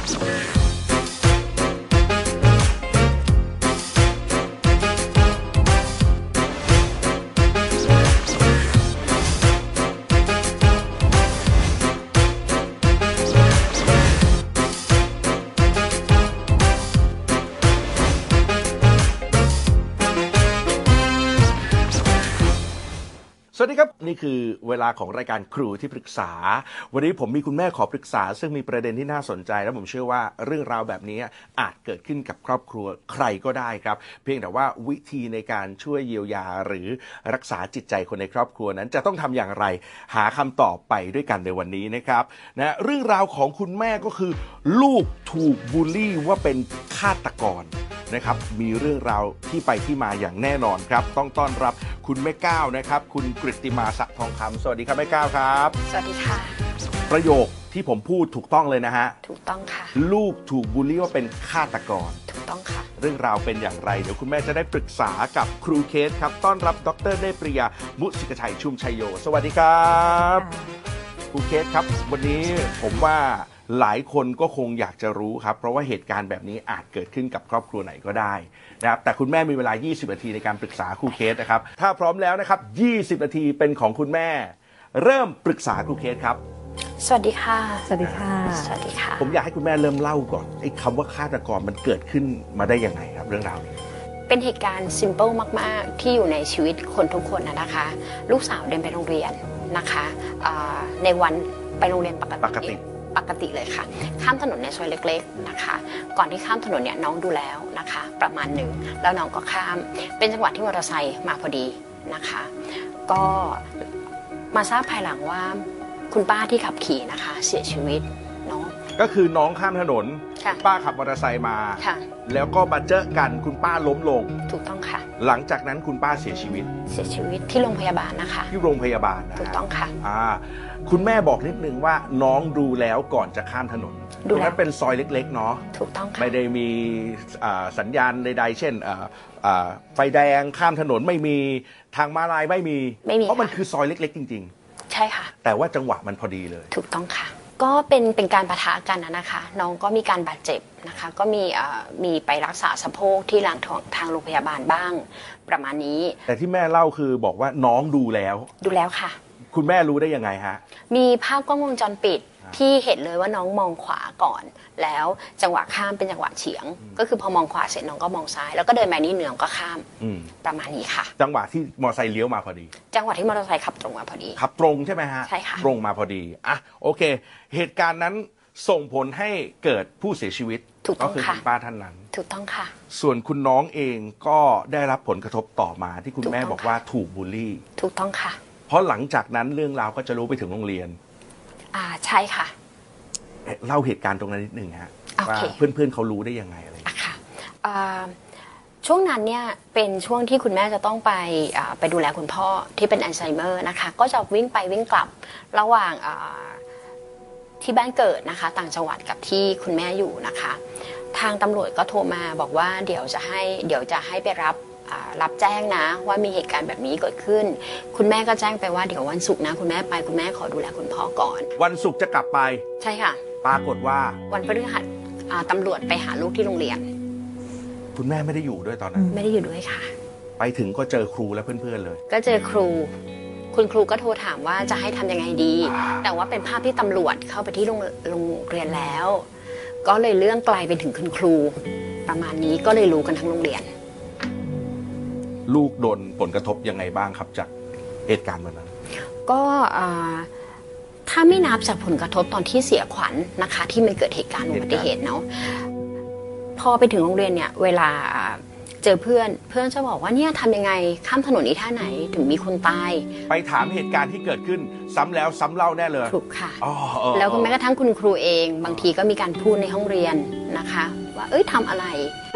สวัสดีครับนี่คือเวลาของรายการครูที่ปรึกษาวันนี้ผมมีคุณแม่ขอปรึกษาซึ่งมีประเด็นที่น่าสนใจและผมเชื่อว่าเรื่องราวแบบนี้อาจเกิดขึ้นกับครอบครัวใครก็ได้ครับเพียงแต่ว่าวิธีในการช่วยเยียวยาหรือรักษาจิตใจคนในครอบครัวนั้นจะต้องทำอย่างไรหาคำตอบไปด้วยกันในวันนี้นะครับนะเรื่องราวของคุณแม่ก็คือลูกถูกบูลลี่ว่าเป็นฆาตกรนะครับมีเรื่องราวที่ไปที่มาอย่างแน่นอนครับต้องต้อนรับคุณแม่ก้าวนะครับคุณกฤติมาสะทองคำสวัสดีครับแม่ก้าวครับสวัสดีค่ะประโยคที่ผมพูดถูกต้องเลยนะฮะถูกต้องค่ะลูกถูกบูลลี่ว่าเป็นฆาตกรถูกต้องค่ะเรื่องราวเป็นอย่างไรเดี๋ยวคุณแม่จะได้ปรึกษากับครูเคสครับต้อนรับดร.เนตรปริยามุสิกชัยชุมชัยโยสวัสดีครับครูเคสครับวันนี้ผมว่าหลายคนก็คงอยากจะรู้ครับเพราะว่าเหตุการณ์แบบนี้อาจเกิดขึ้นกับครอบครัวไหนก็ได้นะครับแต่คุณแม่มีเวลา20นาทีในการปรึกษาครูเคสนะครับถ้าพร้อมแล้วนะครับ20นาทีเป็นของคุณแม่เริ่มปรึกษาครูเคสครับสวัสดีค่ะสวัสดีค่ะสวัสดีค่ะผมอยากให้คุณแม่เริ่มเล่าก่อนไอ้คำว่าฆาตกรมันเกิดขึ้นมาได้ยังไงครับเรื่องราวนี้เป็นเหตุการณ์ซิมเปิลมากๆที่อยู่ในชีวิตคนทุกคนนะคะลูกสาวเดินไปโรงเรียนนะคะในวันไปโรงเรียนปกติเลยค่ะข้ามถนนในซอยเล็กๆนะคะก่อนที่ข้ามถนนเนี่ยน้องดูแล้วนะคะประมาณหนึ่งแล้วน้องก็ข้ามเป็นจังหวะที่มอเตอร์ไซค์มาพอดีนะคะก็มาทราบภายหลังว่าคุณป้าที่ขับขี่นะคะเสียชีวิตเนาะก็คือน้องข้ามถนนป้าขับมอเตอร์ไซค์มาแล้วก็มาเจอกันคุณป้าล้มลงถูกต้องค่ะหลังจากนั้นคุณป้าเสียชีวิตที่โรงพยาบาลนะคะที่โรงพยาบาลนะถูกต้องค่ะคุณแม่บอกนิดนึงว่าน้องดูแล้วก่อนจะข้ามถนนตรงนั้นเป็นซอยเล็กๆเนาะถูกต้องค่ะไม่ได้มีสัญญาณใดๆเช่นไฟแดงข้ามถนนไม่มีทางม้าลายไม่มีเพราะมันคือซอยเล็กๆจริงๆใช่ค่ะแต่ว่าจังหวะมันพอดีเลยถูกต้องค่ะก็เป็นการปะทะกันนะคะน้องก็มีการบาดเจ็บนะคะก็มีไปรักษาสะโพกที่ทางโรงพยาบาลบ้างประมาณนี้แต่ที่แม่เล่าคือบอกว่าน้องดูแล้วค่ะคุณแม่รู้ได้ยังไงฮะมีภาพกล้องวงจรปิดที่เห็นเลยว่าน้องมองขวาก่อนแล้วจังหวะข้ามเป็นจังหวะเฉียงก็คือพอมองขวาเสร็จน้องก็มองซ้ายแล้วก็เดินมานี่น้องก็ข้ามประมาณนี้ค่ะจังหวะที่มอเตอร์ไซค์เลี้ยวมาพอดีจังหวะที่มอเตอร์ไซค์ขับตรงมาพอดีขับตรงใช่ไหมฮะใช่ค่ะตรงมาพอดีโอเคเหตุการณ์นั้นส่งผลให้เกิดผู้เสียชีวิตก็คือคุณป้าท่านนั้นถูกต้องค่ะส่วนคุณน้องเองก็ได้รับผลกระทบต่อมาที่คุณแม่บอกว่าถูกบูลลี่ถูกต้องค่ะเพราะหลังจากนั้นเรื่องราวก็จะรู้ไปถึงโรงเรียนใช่ค่ะเล่าเหตุการณ์ตรงนั้นนิดนึงฮะว่าเพื่อนๆเขารู้ได้ยังไงอะไรค่ะช่วงนั้นเนี่ยเป็นช่วงที่คุณแม่จะต้องไปดูแลคุณพ่อที่เป็นอัลไซเมอร์นะคะก็จะวิ่งไปวิ่งกลับระหว่างที่บ้านเกิดนะคะต่างจังหวัดกับที่คุณแม่อยู่นะคะทางตำรวจก็โทรมาบอกว่าเดี๋ยวจะให้ไปรับแจ้งนะว่ามีเหตุการณ์แบบนี้เกิดขึ้นคุณแม่ก็แจ้งไปว่าเดี๋ยววันศุกร์นะคุณแม่ขอดูแลคุณพ่อก่อนวันศุกร์จะกลับไปใช่ค่ะปรากฏว่าวันพฤหัสตำรวจไปหาลูกที่โรงเรียนคุณแม่ไม่ได้อยู่ด้วยตอนนั้นไม่ได้อยู่ด้วยค่ะไปถึงก็เจอครูและเพื่อนๆเลยก็เจอครูคุณครูก็โทรถามว่าจะให้ทำยังไงดีแต่ว่าเป็นภาพที่ตำรวจเข้าไปที่โรงเรียนแล้วก็เลยเรื่องไกลไปถึงคุณครูประมาณนี้ก็เลยรู้กันทั้งโรงเรียนลูกโดนผลกระทบยังไงบ้างครับจากเหตุการณ์วันนั้นก็ถ้าไม่นับจากผลกระทบตอนที่เสียขวัญนะคะที่มันเกิดเหตุการณ์อุบัติเหตุเนาะพอไปถึงโรงเรียนเนี่ยเวลาเจอเพื่อนจะบอกว่าเนี่ยทำยังไงข้ามถนนนี้ท่าไหนถึงมีคนตายไปถามเหตุการณ์ที่เกิดขึ้นซ้ำแล้วซ้ำเล่าแน่เลยถูกค่ะแล้วก็แม้กระทั่งคุณครูเองบางทีก็มีการพูดในห้องเรียนนะคะว่าทำอะไร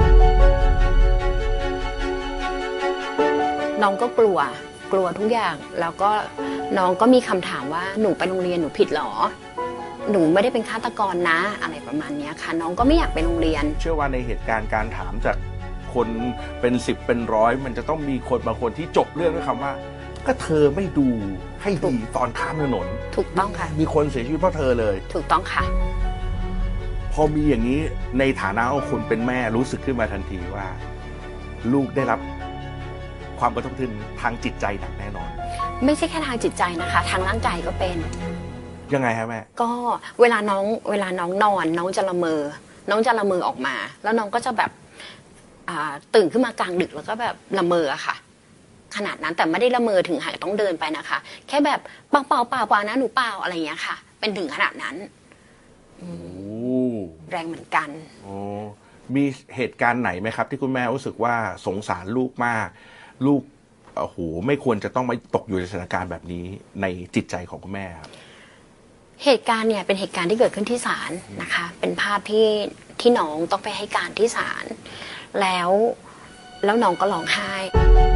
น้องก็กลัวทุกอย่างแล้วก็น้องก็มีคำถามว่าหนูไปโรงเรียนหนูผิดหรอหนูไม่ได้เป็นฆาตกรนะอะไรประมาณนี้ค่ะน้องก็ไม่อยากไปโรงเรียนเชื่อว่าในเหตุการณ์การถามจากคนเป็น10เป็นร้อยมันจะต้องมีคนบางคนที่จบเรื่องด้วยคำว่าก็เธอไม่ดูให้ดีตอนข้ามถนนถูกต้องค่ะมีคนเสียชีวิตเพราะเธอเลยถูกต้องค่ะพอมีอย่างนี้ในฐานะของคนเป็นแม่รู้สึกขึ้นมาทันทีว่า ลูกได้รับความกระทบกระเทือนทางจิตใจหนักแน่นอนไม่ใช่แค่ทางจิตใจนะคะทางร่างกายก็เป็นยังไงครับแม่ก็เวลาน้องนอนน้องจะละเมอออกมาแล้วน้องก็จะแบบตื่นขึ้นมากลางดึกแล้วก็แบบละเมอค่ะขนาดนั้นแต่ไม่ได้ละเมอถึงหากต้องเดินไปนะคะแค่แบบเปล่านะหนูเปล่าอะไรอย่างเงี้ยค่ะเป็นถึงขนาดนั้นแรงเหมือนกันมีเหตุการณ์ไหนไหมครับที่คุณแม่รู้สึกว่าสงสารลูกมากลูกโอ้โหไม่ควรจะต้องมาตกอยู่ในสถานการณ์แบบนี้ในจิตใจของคุณแม่ครับเหตุการณ์เนี่ยเป็นเหตุการณ์ที่เกิดขึ้นที่ศาลนะคะเป็นภาพที่น้องต้องไปให้การที่ศาลแล้วน้องก็ร้องไห้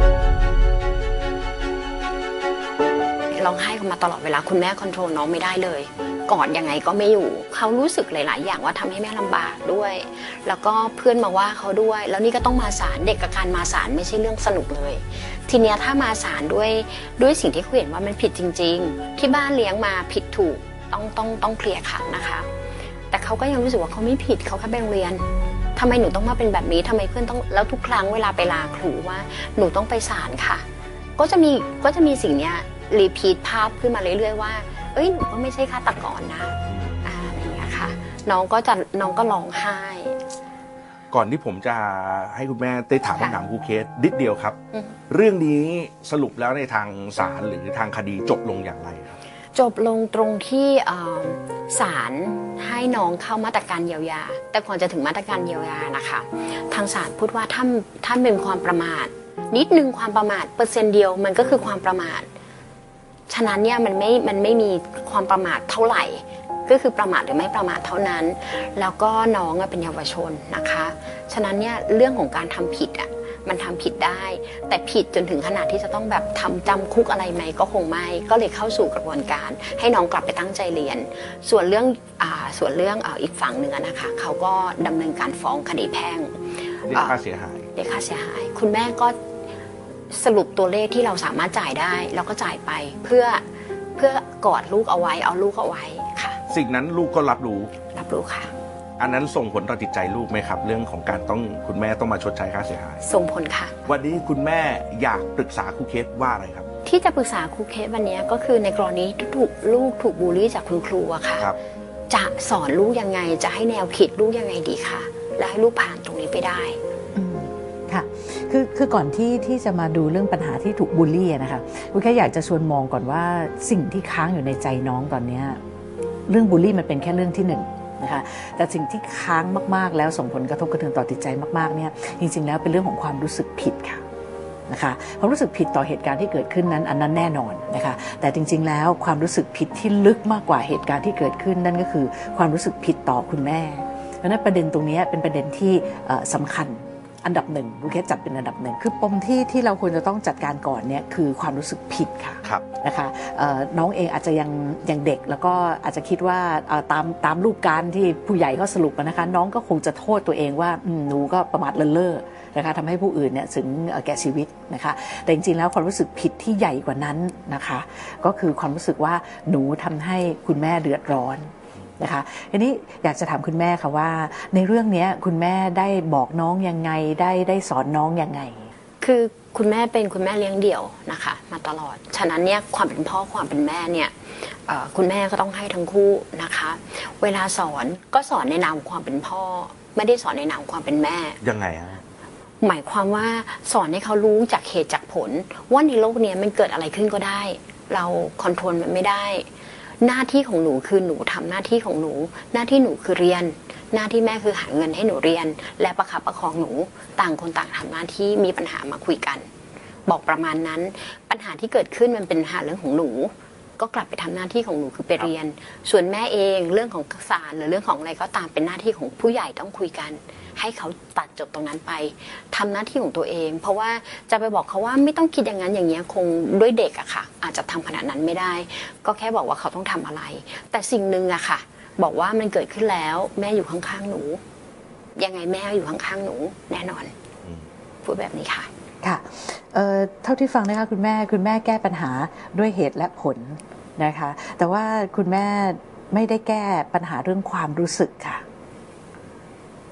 มาตลอดเวลาคุณแม่คอนโทรลน้องไม่ได้เลยกอดยังไงก็ไม่อยู่เขารู้สึกหลายๆอย่างว่าทำให้แม่ลำบากด้วยแล้วก็เพื่อนมาว่าเขาด้วยแล้วนี่ก็ต้องมาศาลเด็กกับการมาศาลไม่ใช่เรื่องสนุกเลยทีเนี้ยถ้ามาศาลด้วยสิ่งที่เขาเห็นว่ามันผิดจริงๆที่บ้านเลี้ยงมาผิดถูกต้องเคลียร์ขังนะคะแต่เขาก็ยังรู้สึกว่าเขาไม่ผิดเขาแค่ไปโรงเรียนทำไมหนูต้องมาเป็นแบบนี้ทำไมเพื่อนต้องแล้วทุกครั้งเวลาไปลาครูว่าหนูต้องไปศาลค่ะก็จะมีสิ่งเนี้ยรีพีทภาพขึ้นมาเรื่อยๆว่าเอ้ยหนูก็ไม่ใช่ฆาตกรนะอะไรอย่างเงี้ยค่ะน้องก็ร้องไห้ก่อนที่ผมจะให้คุณแม่ได้ถามคำถามครูเคสนิดเดียวครับเรื่องนี้สรุปแล้วในทางศาลหรือทางคดีจบลงอย่างไรครับจบลงตรงที่ศาลให้น้องเข้ามาตรการเยียวยาแต่ก่อนจะถึงมาตรการเยียวยานะคะทางศาลพูดว่าท่านเป็นความประมาทนิดนึงความประมาท%เดียวมันก็คือความประมาทฉะนั้นเนี่ยมันไม่มีความประมาทเท่าไหร่ก็คือประมาทหรือไม่ประมาทเท่านั้นแล้วก็น้องเป็นเยาวชนนะคะฉะนั้นเนี่ยเรื่องของการทำผิดมันทำผิดได้แต่ผิดจนถึงขนาดที่จะต้องแบบทำจำคุกอะไรไหมก็คงไม่ก็เลยเข้าสู่กระบวนการให้น้องกลับไปตั้งใจเรียนส่วนเรื่องอีกฝั่งหนึ่งนะคะเขาก็ดำเนินการฟ้องคดีแพ่งเรียกค่าเสียหายคุณแม่ก็สรุปตัวเลขที่เราสามารถจ่ายได้เราก็จ่ายไปเพื่อกอดลูกเอาไว้เอาลูกเอาไว้ค่ะสิ่งนั้นลูกก็รับรู้ค่ะอันนั้นส่งผลต่อจิตใจลูกไหมครับเรื่องของการคุณแม่ต้องมาชดใช้ค่าเสียหายส่งผลค่ะวันนี้คุณแม่อยากปรึกษาครูเคสว่าอะไรครับที่จะปรึกษาครูเคสวันนี้ก็คือในกรณีลูกถูกบูลลี่จากคุณครูอะค่ะจะสอนลูกยังไงจะให้แนวคิดลูกยังไงดีคะและให้ลูกผ่านตรงนี้ไปได้ค่ะคือก่อนที่จะมาดูเรื่องปัญหาที่ถูกบูลลี่นะคะแค่อยากจะชวนมองก่อนว่าสิ่งที่ค้างอยู่ในใจน้องตอนนี้เรื่องบูลลี่มันเป็นแค่เรื่องที่หนึ่งนะคะแต่สิ่งที่ค้างมากๆแล้วส่งผลกระทบกระเทือนต่อจิตใจมากๆเนี่ยจริงๆแล้วเป็นเรื่องของความรู้สึกผิดค่ะนะคะความรู้สึกผิดต่อเหตุการณ์ที่เกิดขึ้นนั้นอันนั้นแน่นอนนะคะแต่จริงๆแล้วความรู้สึกผิดที่ลึกมากกว่าเหตุการณ์ที่เกิดขึ้นนั่นก็คือความรู้สึกผิดต่อคุณแม่เพราะฉะนั้นประเด็นตรงนี้เป็นประเด็นที่สำคัญอันดับหนึ่งลูกแค่จัดเป็นอันดับหนึ่งคือปมที่เราควรจะต้องจัดการก่อนเนี่ยคือความรู้สึกผิดค่ะนะคะน้องเองอาจจะยังเด็กแล้วก็อาจจะคิดว่าตามรูปการที่ผู้ใหญ่เขาสรุปนะคะน้องก็คงจะโทษตัวเองว่าหนูก็ประมาทเลินเล่อนะคะทำให้ผู้อื่นเนี่ยถึงแก่ชีวิตนะคะแต่จริงๆแล้วความรู้สึกผิดที่ใหญ่กว่านั้นนะคะก็คือความรู้สึกว่าหนูทำให้คุณแม่เดือดร้อนนะคะทีนี้อยากจะถามคุณแม่ค่ะว่าในเรื่องนี้คุณแม่ได้บอกน้องยังไงได้สอนน้องยังไงคือคุณแม่เป็นคุณแม่เลี้ยงเดี่ยวนะคะมาตลอดฉะนั้นเนี่ยความเป็นพ่อความเป็นแม่เนี่ยคุณแม่ก็ต้องให้ทั้งคู่นะคะเวลาสอนก็สอนในนามความเป็นพ่อไม่ได้สอนในนามความเป็นแม่ยังไงหมายความว่าสอนให้เขารู้จากเหตุจากผลว่าในโลกนี้มันเกิดอะไรขึ้นก็ได้เราคอนโทรลมันไม่ได้หน้าที่ของหนูคือหนูทำหน้าที่ของหนูหน้าที่หนูคือเรียนหน้าที่แม่คือหาเงินให้หนูเรียนและประคับประคองหนูต่างคนต่างทำหน้าที่มีปัญหามาคุยกันบอกประมาณนั้นปัญหาที่เกิดขึ้นมันเป็นปัญหาเรื่องของหนูก็กลับไปทำหน้าที่ของหนูคือไปเรียนส่วนแม่เองเรื่องของศาลหรือเรื่องของอะไรก็ตามเป็นหน้าที่ของผู้ใหญ่ต้องคุยกันให้เขาตัดจบตรงนั้นไปทำหน้าที่ของตัวเองเพราะว่าจะไปบอกเขาว่าไม่ต้องคิดอย่างนั้นอย่างนี้คงด้วยเด็กอะค่ะอาจจะทำขนาดนั้นไม่ได้ก็แค่บอกว่าเขาต้องทำอะไรแต่สิ่งหนึ่งอะค่ะบอกว่ามันเกิดขึ้นแล้วแม่อยู่ข้างๆหนูยังไงแม่อยู่ข้างๆหนูแน่นอนพูดแบบนี้ค่ะค่ะเท่าที่ฟังนะคะคุณแม่แก้ปัญหาด้วยเหตุและผลนะคะแต่ว่าคุณแม่ไม่ได้แก้ปัญหาเรื่องความรู้สึกค่ะ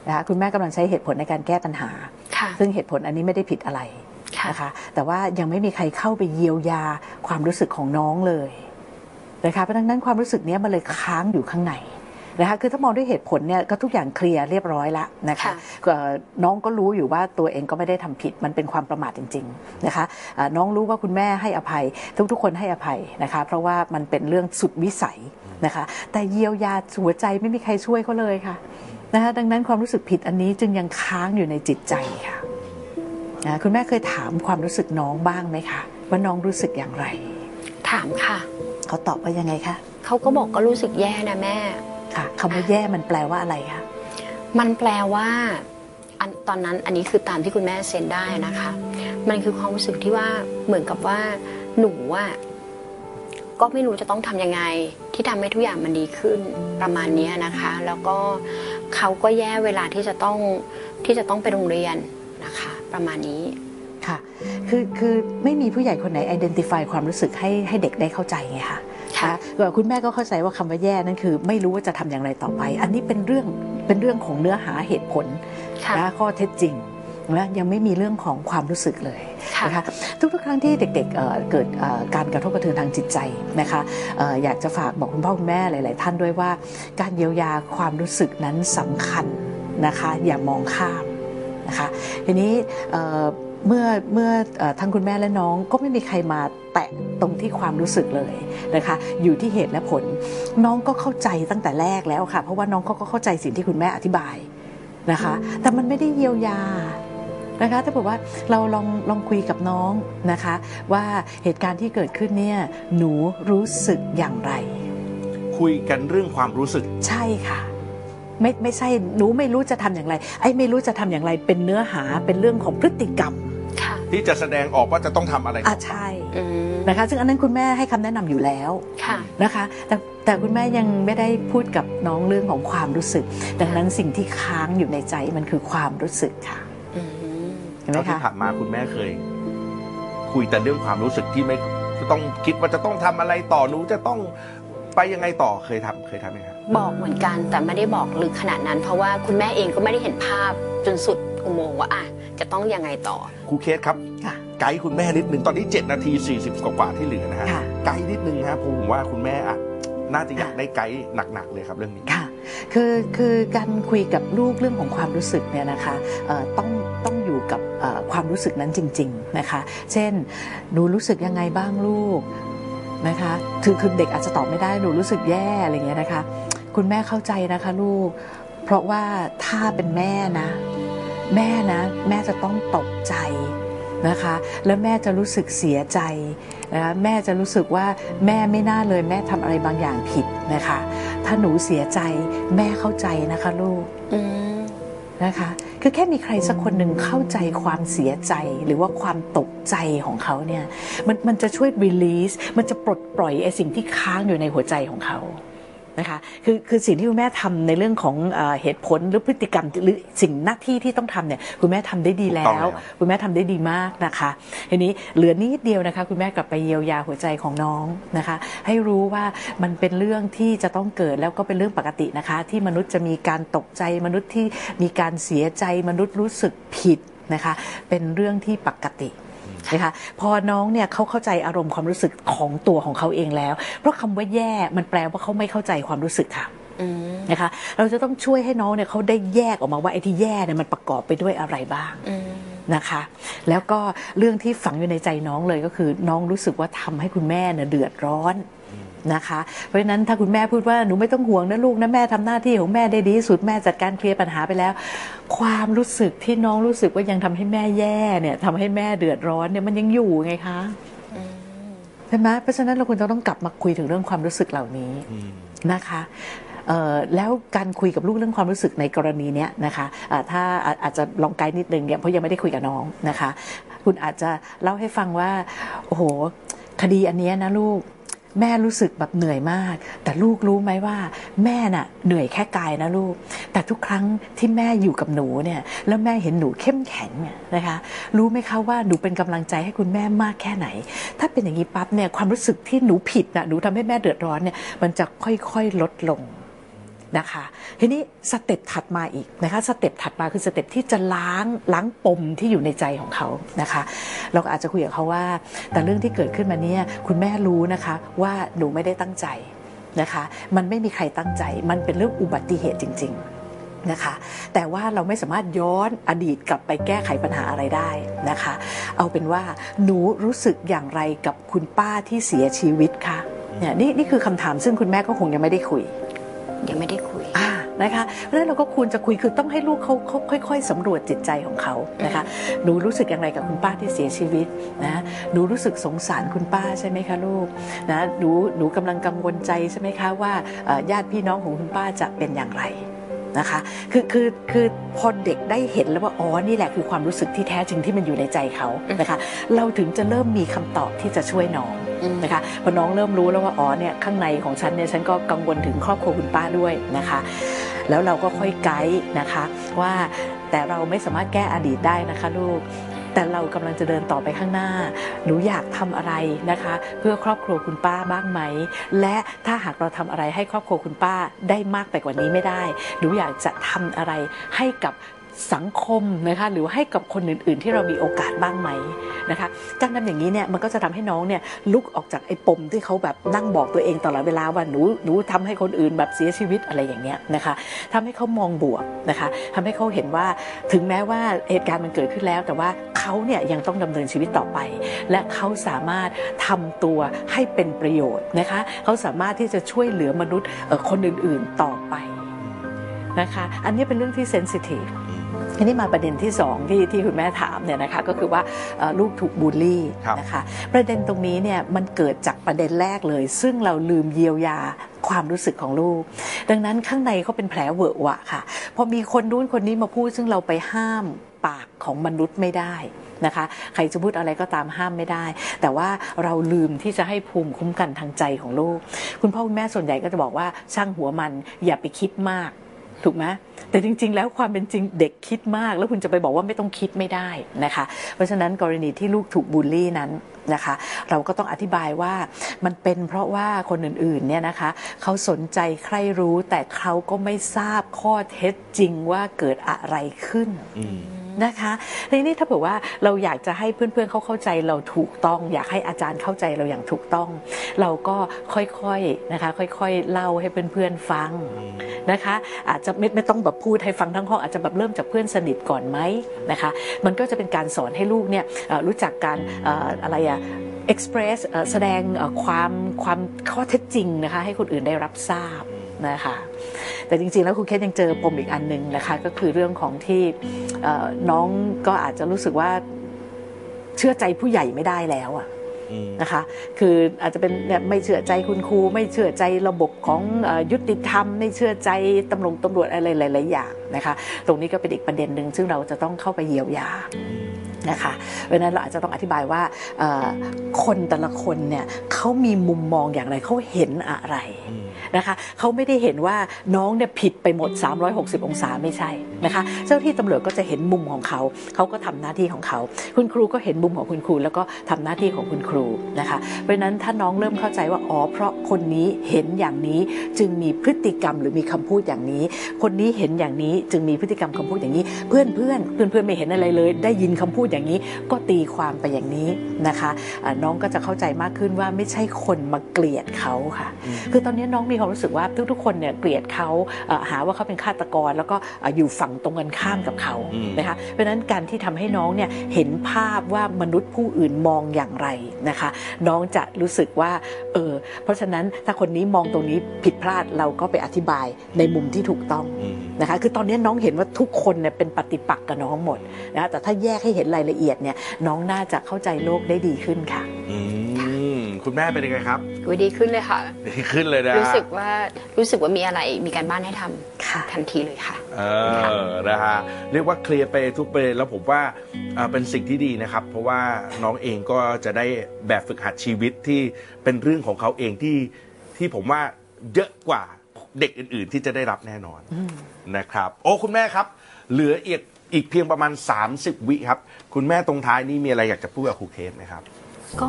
นะคะคุณแม่กำลังใช้เหตุผลในการแก้ปัญหาค่ะซึ่งเหตุผลอันนี้ไม่ได้ผิดอะไรค่ะนะคะแต่ว่ายังไม่มีใครเข้าไปเยียวยาความรู้สึกของน้องเลยนะคะเพราะฉะนั้นความรู้สึกนี้มันเลยค้างอยู่ข้างในนะคะคือถ้ามองด้วยเหตุผลเนี่ยก็ทุกอย่างเคลียร์เรียบร้อยแล้วนะคะน้องก็รู้อยู่ว่าตัวเองก็ไม่ได้ทำผิดมันเป็นความประมาทจริงๆนะคะน้องรู้ว่าคุณแม่ให้อภัยทุกคนให้อภัยนะคะเพราะว่ามันเป็นเรื่องสุดวิสัยนะคะแต่เยียวยาหัวใจไม่มีใครช่วยเขาเลยค่ะนะคะดังนั้นความรู้สึกผิดอันนี้จึงยังค้างอยู่ในจิตใจค่ะคุณแม่เคยถามความรู้สึกน้องบ้างไหมคะว่าน้องรู้สึกอย่างไรถามค่ะเขาตอบว่ายังไงคะเขาก็บอกก็รู้สึกแย่นะแม่ค่ะคำว่าแย่มันแปลว่าอะไรคะมันแปลว่าตอนนั้นอันนี้คือตามที่คุณแม่เซ็นได้นะคะมันคือความรู้สึกที่ว่าเหมือนกับว่าหนูก็ไม่รู้จะต้องทำยังไงที่ทำให้ทุกอย่างมันดีขึ้นประมาณนี้นะคะแล้วก็เขาก็แย่เวลาที่จะต้องไปโรงเรียนนะคะประมาณนี้ค่ะคือไม่มีผู้ใหญ่คนไหน identify ความรู้สึกให้เด็กได้เข้าใจไงคะคุณแม่ก็เข้าใจว่าคำว่าแย่นั่นคือไม่รู้ว่าจะทำอย่างไรต่อไปอันนี้เป็นเรื่องของเนื้อหาเหตุผลและข้อเท็จจริงนะยังไม่มีเรื่องของความรู้สึกเลยนะคะทุกครั้งที่เด็กๆเกิดการกระทบกระเทือนทางจิตใจนะคะอยากจะฝากบอกคุณพ่อคุณแม่หลายๆท่านด้วยว่าการเยียวยาความรู้สึกนั้นสำคัญนะคะอย่ามองข้ามนะคะทีนี้เมื่อทั้งคุณแม่และน้องก็ไม่มีใครมาแตะตรงที่ความรู้สึกเลยนะคะอยู่ที่เหตุและผลน้องก็เข้าใจตั้งแต่แรกแล้วค่ะเพราะว่าน้องก็เข้าใจสิ่งที่คุณแม่อธิบายนะคะแต่มันไม่ได้เยียวยานะคะถ้าบอกว่าเราลองคุยกับน้องนะคะว่าเหตุการณ์ที่เกิดขึ้นเนี่ยหนูรู้สึกอย่างไรคุยกันเรื่องความรู้สึกใช่ค่ะไม่ใช่หนูไม่รู้จะทำอย่างไรไม่รู้จะทำอย่างไรเป็นเนื้อหาเป็นเรื่องของพฤติกรรมที่จะแสดงออกว่าจะต้องทำอะไรใช่นะคะซึ่งอันนั้นคุณแม่ให้คำแนะนำอยู่แล้วนะคะแต่คุณแม่ยังไม่ได้พูดกับน้องเรื่องของความรู้สึกดังนั้นสิ่งที่ค้างอยู่ในใจมันคือความรู้สึกค่ะเห็นไหมคะที่ผ่านมาคุณแม่เคยคุยแต่เรื่องความรู้สึกที่ไม่ต้องคิดว่าจะต้องทำอะไรต่อหนูจะต้องไปยังไงต่อเคยทำไหมครับบอกเหมือนกันแต่ไม่ได้บอกลึกขนาดนั้นเพราะว่าคุณแม่เองก็ไม่ได้เห็นภาพจนสุดอุโมงค์ว่าจะต้องยังไงต่อครูเคสครับไกด์คุณแม่นิดนึงตอนนี้7 นาที 40 กว่าที่เหลือนะฮะไกด์นิดนึงครับผมว่าคุณแม่น่าจะอยากได้ไกด์หนักๆเลยครับเรื่องนี้ค่ะคือการคุยกับลูกเรื่องของความรู้สึกเนี่ยนะคะต้องอยู่กับความรู้สึกนั้นจริงๆนะคะเช่นหนูรู้สึกยังไงบ้างลูกนะคะคือเด็กอาจจะตอบไม่ได้หนูรู้สึกแย่อะไรเงี้ยนะคะคุณแม่เข้าใจนะคะลูกเพราะว่าถ้าเป็นแม่นะแม่จะต้องตกใจนะคะแล้วแม่จะรู้สึกเสียใจนะคะแม่จะรู้สึกว่าแม่ไม่น่าเลยแม่ทำอะไรบางอย่างผิดนะคะถ้าหนูเสียใจแม่เข้าใจนะคะลูกนะคะคือแค่มีใครสักคนหนึ่งเข้าใจความเสียใจหรือว่าความตกใจของเขาเนี่ยมันจะช่วย release มันจะปลดปล่อยไอ้สิ่งที่ค้างอยู่ในหัวใจของเขานะคะคือสิ่งที่คุณแม่ทำในเรื่องของเหตุผลหรือพฤติกรรมหรือสิ่งหน้าที่ที่ต้องทำเนี่ยคุณแม่ทำได้ดีแล้วคุณแม่ทำได้ดีมากนะคะทีนี้เหลือนิดเดียวนะคะคุณแม่กลับไปเยียวยาหัวใจของน้องนะคะให้รู้ว่ามันเป็นเรื่องที่จะต้องเกิดแล้วก็เป็นเรื่องปกตินะคะที่มนุษย์จะมีการตกใจมนุษย์ที่มีการเสียใจมนุษย์รู้สึกผิดนะคะเป็นเรื่องที่ปกตินะคะพอน้องเนี่ยเขาเข้าใจอารมณ์ความรู้สึกของตัวของเขาเองแล้วเพราะคำว่าแย่มันแปลว่าเขาไม่เข้าใจความรู้สึกค่ะนะคะเราจะต้องช่วยให้น้องเนี่ยเขาได้แยกออกมาว่าไอ้ที่แย่เนี่ยมันประกอบไปด้วยอะไรบ้างนะคะแล้วก็เรื่องที่ฝังอยู่ในใจน้องเลยก็คือน้องรู้สึกว่าทำให้คุณแม่เนี่ยเดือดร้อนนะคะเพราะฉะนั้นถ้าคุณแม่พูดว่าหนูไม่ต้องห่วงนะลูกนะแม่ทำหน้าที่ของแม่ได้ดีที่สุดแม่จัดการเคลียร์ปัญหาไปแล้วความรู้สึกที่น้องรู้สึกว่ายังทำให้แม่แย่เนี่ยทำให้แม่เดือดร้อนเนี่ยมันยังอยู่ไงคะใช่ไหมเพราะฉะนั้นเราควรจะต้องกลับมาคุยถึงเรื่องความรู้สึกเหล่านี้นะคะแล้วการคุยกับลูกเรื่องความรู้สึกในกรณีนี้นะคะถ้าอาจจะลองไกด์นิดนึงเนี่ยเพราะยังไม่ได้คุยกับน้องนะคะคุณอาจจะเล่าให้ฟังว่าโอ้โหคดีอันนี้นะลูกแม่รู้สึกแบบเหนื่อยมากแต่ลูกรู้ไหมว่าแม่น่ะเหนื่อยแค่กายนะลูกแต่ทุกครั้งที่แม่อยู่กับหนูเนี่ยแล้วแม่เห็นหนูเข้มแข็งนะคะรู้ไหมคะว่าหนูเป็นกำลังใจให้คุณแม่มากแค่ไหนถ้าเป็นอย่างนี้ปั๊บเนี่ยความรู้สึกที่หนูผิดนะหนูทำให้แม่เดือดร้อนเนี่ยมันจะค่อยๆลดลงนะคะทีนี้สเต็ปถัดมาอีกนะคะสเต็ปถัดมาคือสเต็ปที่จะล้างปมที่อยู่ในใจของเขานะคะเราก็อาจจะคุยกับเขาว่าแต่เรื่องที่เกิดขึ้นมาเนี่ยคุณแม่รู้นะคะว่าหนูไม่ได้ตั้งใจนะคะมันไม่มีใครตั้งใจมันเป็นเรื่องอุบัติเหตุจริงๆนะคะแต่ว่าเราไม่สามารถย้อนอดีตกลับไปแก้ไขปัญหาอะไรได้นะคะเอาเป็นว่าหนูรู้สึกอย่างไรกับคุณป้าที่เสียชีวิตคะเนี่ยนี่คือคำถามซึ่งคุณแม่ก็คงยังไม่ได้คุยนะคะเพราะฉะนั้นเราก็ควรจะคุยคือต้องให้ลูกเขาค่อยๆสำรวจจิตใจของเขานะคะหนูรู้สึกอย่างไรกับคุณป้าที่เสียชีวิตนะหนูรู้สึกสงสารคุณป้าใช่ไหมคะลูกนะหนูกำลังกังวลใจใช่ไหมคะว่าญาติพี่น้องของคุณป้าจะเป็นอย่างไรนะคะคือพอเด็กได้เห็นแล้วว่าอ๋อนี่แหละคือความรู้สึกที่แท้จริงที่มันอยู่ในใจเขานะคะเราถึงจะเริ่มมีคำตอบที่จะช่วยน้องนะคะพอน้องเริ่มรู้แล้วว่าอ๋อเนี่ยข้างในของฉันเนี่ยฉันก็กังวลถึงครอบครัวคุณป้าด้วยนะคะแล้วเราก็ค่อยไกด์นะคะว่าแต่เราไม่สามารถแก้อดีตได้นะคะลูกแต่เรากำลังจะเดินต่อไปข้างหน้าหนูอยากทำอะไรนะคะเพื่อครอบครัวคุณป้าบ้างไหมและถ้าหากเราทำอะไรให้ครอบครัวคุณป้าได้มากไปกว่านี้ไม่ได้หนูอยากจะทำอะไรให้กับสังคมนะคะหรือให้กับคนอื่นๆที่เรามีโอกาสบ้างไหมนะคะการทำอย่างนี้เนี่ยมันก็จะทำให้น้องเนี่ยลุกออกจากไอ้ปมที่เขาแบบนั่งบอกตัวเองตลอดเวลาว่าหนูทำให้คนอื่นแบบเสียชีวิตอะไรอย่างเงี้ยนะคะทำให้เขามองบวกนะคะทำให้เขาเห็นว่าถึงแม้ว่าเหตุการณ์มันเกิดขึ้นแล้วแต่ว่าเขาเนี่ยยังต้องดำเนินชีวิตต่อไปและเขาสามารถทำตัวให้เป็นประโยชน์นะคะเขาสามารถที่จะช่วยเหลือมนุษย์คนอื่นๆต่อไปนะคะอันนี้เป็นเรื่องที่เซนซิทีฟทีนี้มาประเด็นที่2ที่คุณแม่ถามเนี่ยนะคะก็คือว่าลูกถูกบูลลี่นะคะประเด็นตรงนี้เนี่ยมันเกิดจากประเด็นแรกเลยซึ่งเราลืมเยียวยาความรู้สึกของลูกดังนั้นข้างในเขาเป็นแผลเวอะหวะค่ะพอมีคนนู้นคนนี้มาพูดซึ่งเราไปห้ามปากของมนุษย์ไม่ได้นะคะใครจะพูดอะไรก็ตามห้ามไม่ได้แต่ว่าเราลืมที่จะให้ภูมิคุ้มกันทางใจของลูกคุณพ่อคุณแม่ส่วนใหญ่ก็จะบอกว่าช่างหัวมันอย่าไปคิดมากถูกไหมแต่จริงๆแล้วความเป็นจริงเด็กคิดมากแล้วคุณจะไปบอกว่าไม่ต้องคิดไม่ได้นะคะเพราะฉะนั้นกรณีที่ลูกถูกบูลลี่นั้นนะคะเราก็ต้องอธิบายว่ามันเป็นเพราะว่าคนอื่นๆเนี่ยนะคะเขาสนใจใคร่รู้แต่เขาก็ไม่ทราบข้อเท็จจริงว่าเกิดอะไรขึ้นนะคะทีนี้ถ้าเผื่อว่าเราอยากจะให้เพื่อนๆเขาเข้าใจเราถูกต้องอยากให้อาจารย์เข้าใจเราอย่างถูกต้องเราก็ค่อยๆนะคะค่อยๆเล่าให้เพื่อนๆฟังนะคะอาจจะไม่ต้องแบบพูดให้ฟังทั้งห้องอาจจะแบบเริ่มจากเพื่อนสนิทก่อนไหมนะคะมันก็จะเป็นการสอนให้ลูกเนี่ยรู้จักการอะไรexpress แสดงความข้อเท็จจริงนะคะให้คนอื่นได้รับทราบนะคะแต่จริงๆแล้วครูเคสยังเจอปมอีกอันนึงนะคะก็คือเรื่องของที่น้องก็อาจจะรู้สึกว่าเชื่อใจผู้ใหญ่ไม่ได้แล้วอะนะคะคืออาจจะเป็นไม่เชื่อใจคุณครูไม่เชื่อใจระบบของยุติธรรมไม่เชื่อใจตำรวจอะไรหลายๆอย่างนะคะตรงนี้ก็เป็นอีกประเด็นหนึ่งซึ่งเราจะต้องเข้าไปเยียวยานะคะเพราะฉะนั้นเราอาจจะต้องอธิบายว่าคนแต่ละคนเนี่ยเขามีมุมมองอย่างไรเขาเห็นอะไรนะคะเขาไม่ได้เห็นว่าน้องเนี่ยผิดไปหมด360องศาไม่ใช่นะคะเจ้าที่ตำรวจก็จะเห็นมุมของเขาเขาก็ทำหน้าที่ของเขาคุณครูก็เห็นมุมของคุณครูแล้วก็ทำหน้าที่ของคุณครูนะคะเพราะฉะนั้นถ้าน้องเริ่มเข้าใจว่าอ๋อเพราะคนนี้เห็นอย่างนี้จึงมีพฤติกรรมหรือมีคำพูดอย่างนี้คนนี้เห็นอย่างนี้จึงมีพฤติกรรมคำพูดอย่างนี้เพื่อนไม่เห็นอะไรเลยได้ยินคำพูดอย่างนี้ก็ตีความไปอย่างนี้นะคะน้องก็จะเข้าใจมากขึ้นว่าไม่ใช่คนมาเกลียดเขาค่ะคือตอนนี้น้องมีความรู้สึกว่าทุกคนเนี่ยเกลียดเขาหาว่าเขาเป็นฆาตกรแล้วก็อยู่ฝั่งตรงกันข้ามกับเขานะคะเพราะฉะนั้นการที่ทำให้น้องเนี่ยเห็นภาพว่ามนุษย์ผู้อื่นมองอย่างไรนะคะน้องจะรู้สึกว่าเพราะฉะนั้นถ้าคนนี้มองตรงนี้ผิดพลาดเราก็ไปอธิบายในมุมที่ถูกต้องนะคะคือตอนนี้น้องเห็นว่าทุกคนเนี่ยเป็นปฏิปักษ์กับน้องหมดนะแต่ถ้าแยกให้เห็นรายละเอียดเนี่ยน้องน่าจะเข้าใจโลกได้ดีขึ้นค่ะคุณแม่เป็นยังไงครับดีขึ้นเลยค่ะดีขึ้นเลยนะรู้สึกว่ามีอะไรมีการบ้านให้ทำทันทีเลยค่ะนะฮะเรียกว่าเคลียร์ไปทุกประเด็นแล้วผมว่าเป็นสิ่งที่ดีนะครับเพราะว่าน้องเองก็จะได้แบบฝึกหัดชีวิตที่เป็นเรื่องของเขาเองที่ผมว่าเยอะกว่าเด็กอื่นๆที่จะได้รับแน่นอนนะครับโอ้คุณแม่ครับเหลืออีกเพียงประมาณ30วิครับคุณแม่ตรงท้ายนี้มีอะไรอยากจะพูดกับครูเคสไหมครับก็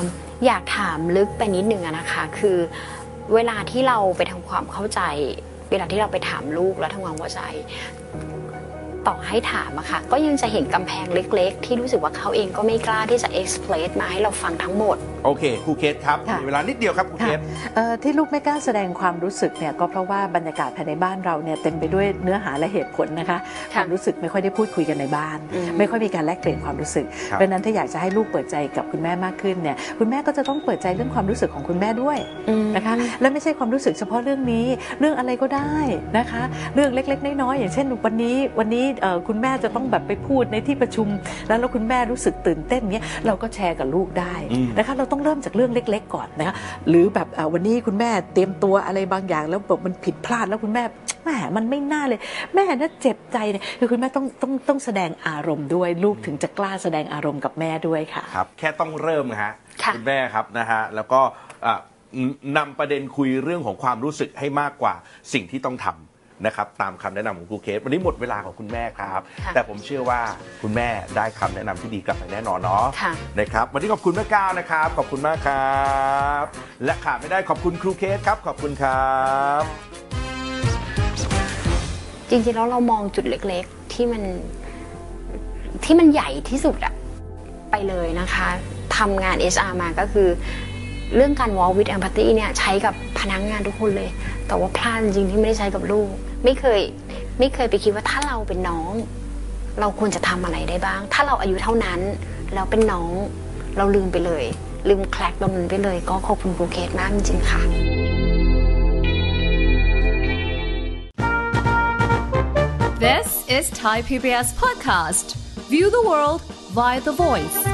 อยากถามลึกไปนิดนึงนะคะคือเวลาที่เราไปทำความเข้าใจเวลาที่เราไปถามลูกแล้วทำความเข้าใจต่อให้ถามอะค่ะก็ยังจะเห็นกำแพงเล็กๆที่รู้สึกว่าเขาเองก็ไม่กล้าที่จะ explain มาให้เราฟังทั้งหมดโอเคครูเคสครับค่ะมีเวลานิดเดียวครับครูเคสที่ลูกไม่กล้าแสดงความรู้สึกเนี่ยก็เพราะว่าบรรยากาศภายในบ้านเราเนี่ยเต็มไปด้วยเนื้อหาและเหตุผลนะคะความรู้สึกไม่ค่อยได้พูดคุยกันในบ้านไม่ค่อยมีการแลกเปลี่ยนความรู้สึกเพราะฉะนั้นถ้าอยากจะให้ลูกเปิดใจกับคุณแม่มากขึ้นเนี่ยคุณแม่ก็จะต้องเปิดใจเรื่องความรู้สึกของคุณแม่ด้วยนะคะและไม่ใช่ความรู้สึกเฉพาะเรื่องนี้เรื่องอะไรก็ได้นะคะเรื่องเล็กๆน้อยๆอย่างเช่นวันนี้คุณแม่จะต้องแบบไปพูดในที่ประชุมแล้วคุณแม่รู้สึกตื่นเต้นเงี้ยเราก็แชร์กับลูกได้นะคะเราต้องเริ่มจากเรื่องเล็กๆก่อนนะคะหรือแบบวันนี้คุณแม่เตรียมตัวอะไรบางอย่างแล้วแบบมันผิดพลาดแล้วคุณแม่แหมมันไม่น่าเลยแม่น่าเจ็บใจเนี่ยคือคุณแม่ต้องแสดงอารมณ์ด้วยลูกถึงจะกล้าแสดงอารมณ์กับแม่ด้วยค่ะครับแค่ต้องเริ่มนะฮะคุณแม่ครับนะฮะแล้วก็นำประเด็นคุยเรื่องของความรู้สึกให้มากกว่าสิ่งที่ต้องทำนะครับตามคำแนะนำของครูเคสวันนี้หมดเวลาของคุณแม่ครับแต่ผมเชื่อว่าคุณแม่ได้คำแนะนำที่ดีกลับไปแน่นอนเนาะนะครับวันนี้ขอบคุณแม่ก้าวนะครับขอบคุณมากครับและขาดไม่ได้ขอบคุณครูเคสครับขอบคุณครับจริงๆแล้วเรามองจุดเล็กๆที่มันใหญ่ที่สุดอะไปเลยนะคะทำงาน HR มาก็คือเรื่องการ walk with empathy เนี่ยใช้กับพนักงานทุกคนเลยแต่ว่าพลาดจริงๆที่ไม่ได้ใช้กับลูกไม่เคยไปคิดว่าถ้าเราเป็นน้องเราควรจะทำอะไรได้บ้างถ้าเราอายุเท่านั้นแล้วเป็นน้องเราลืมไปเลยลืมแคลกตรงนั้นไปเลยก็ขอบคุณครูเคสมากจริงๆค่ะ This is Thai PBS podcast. View the world via The Voice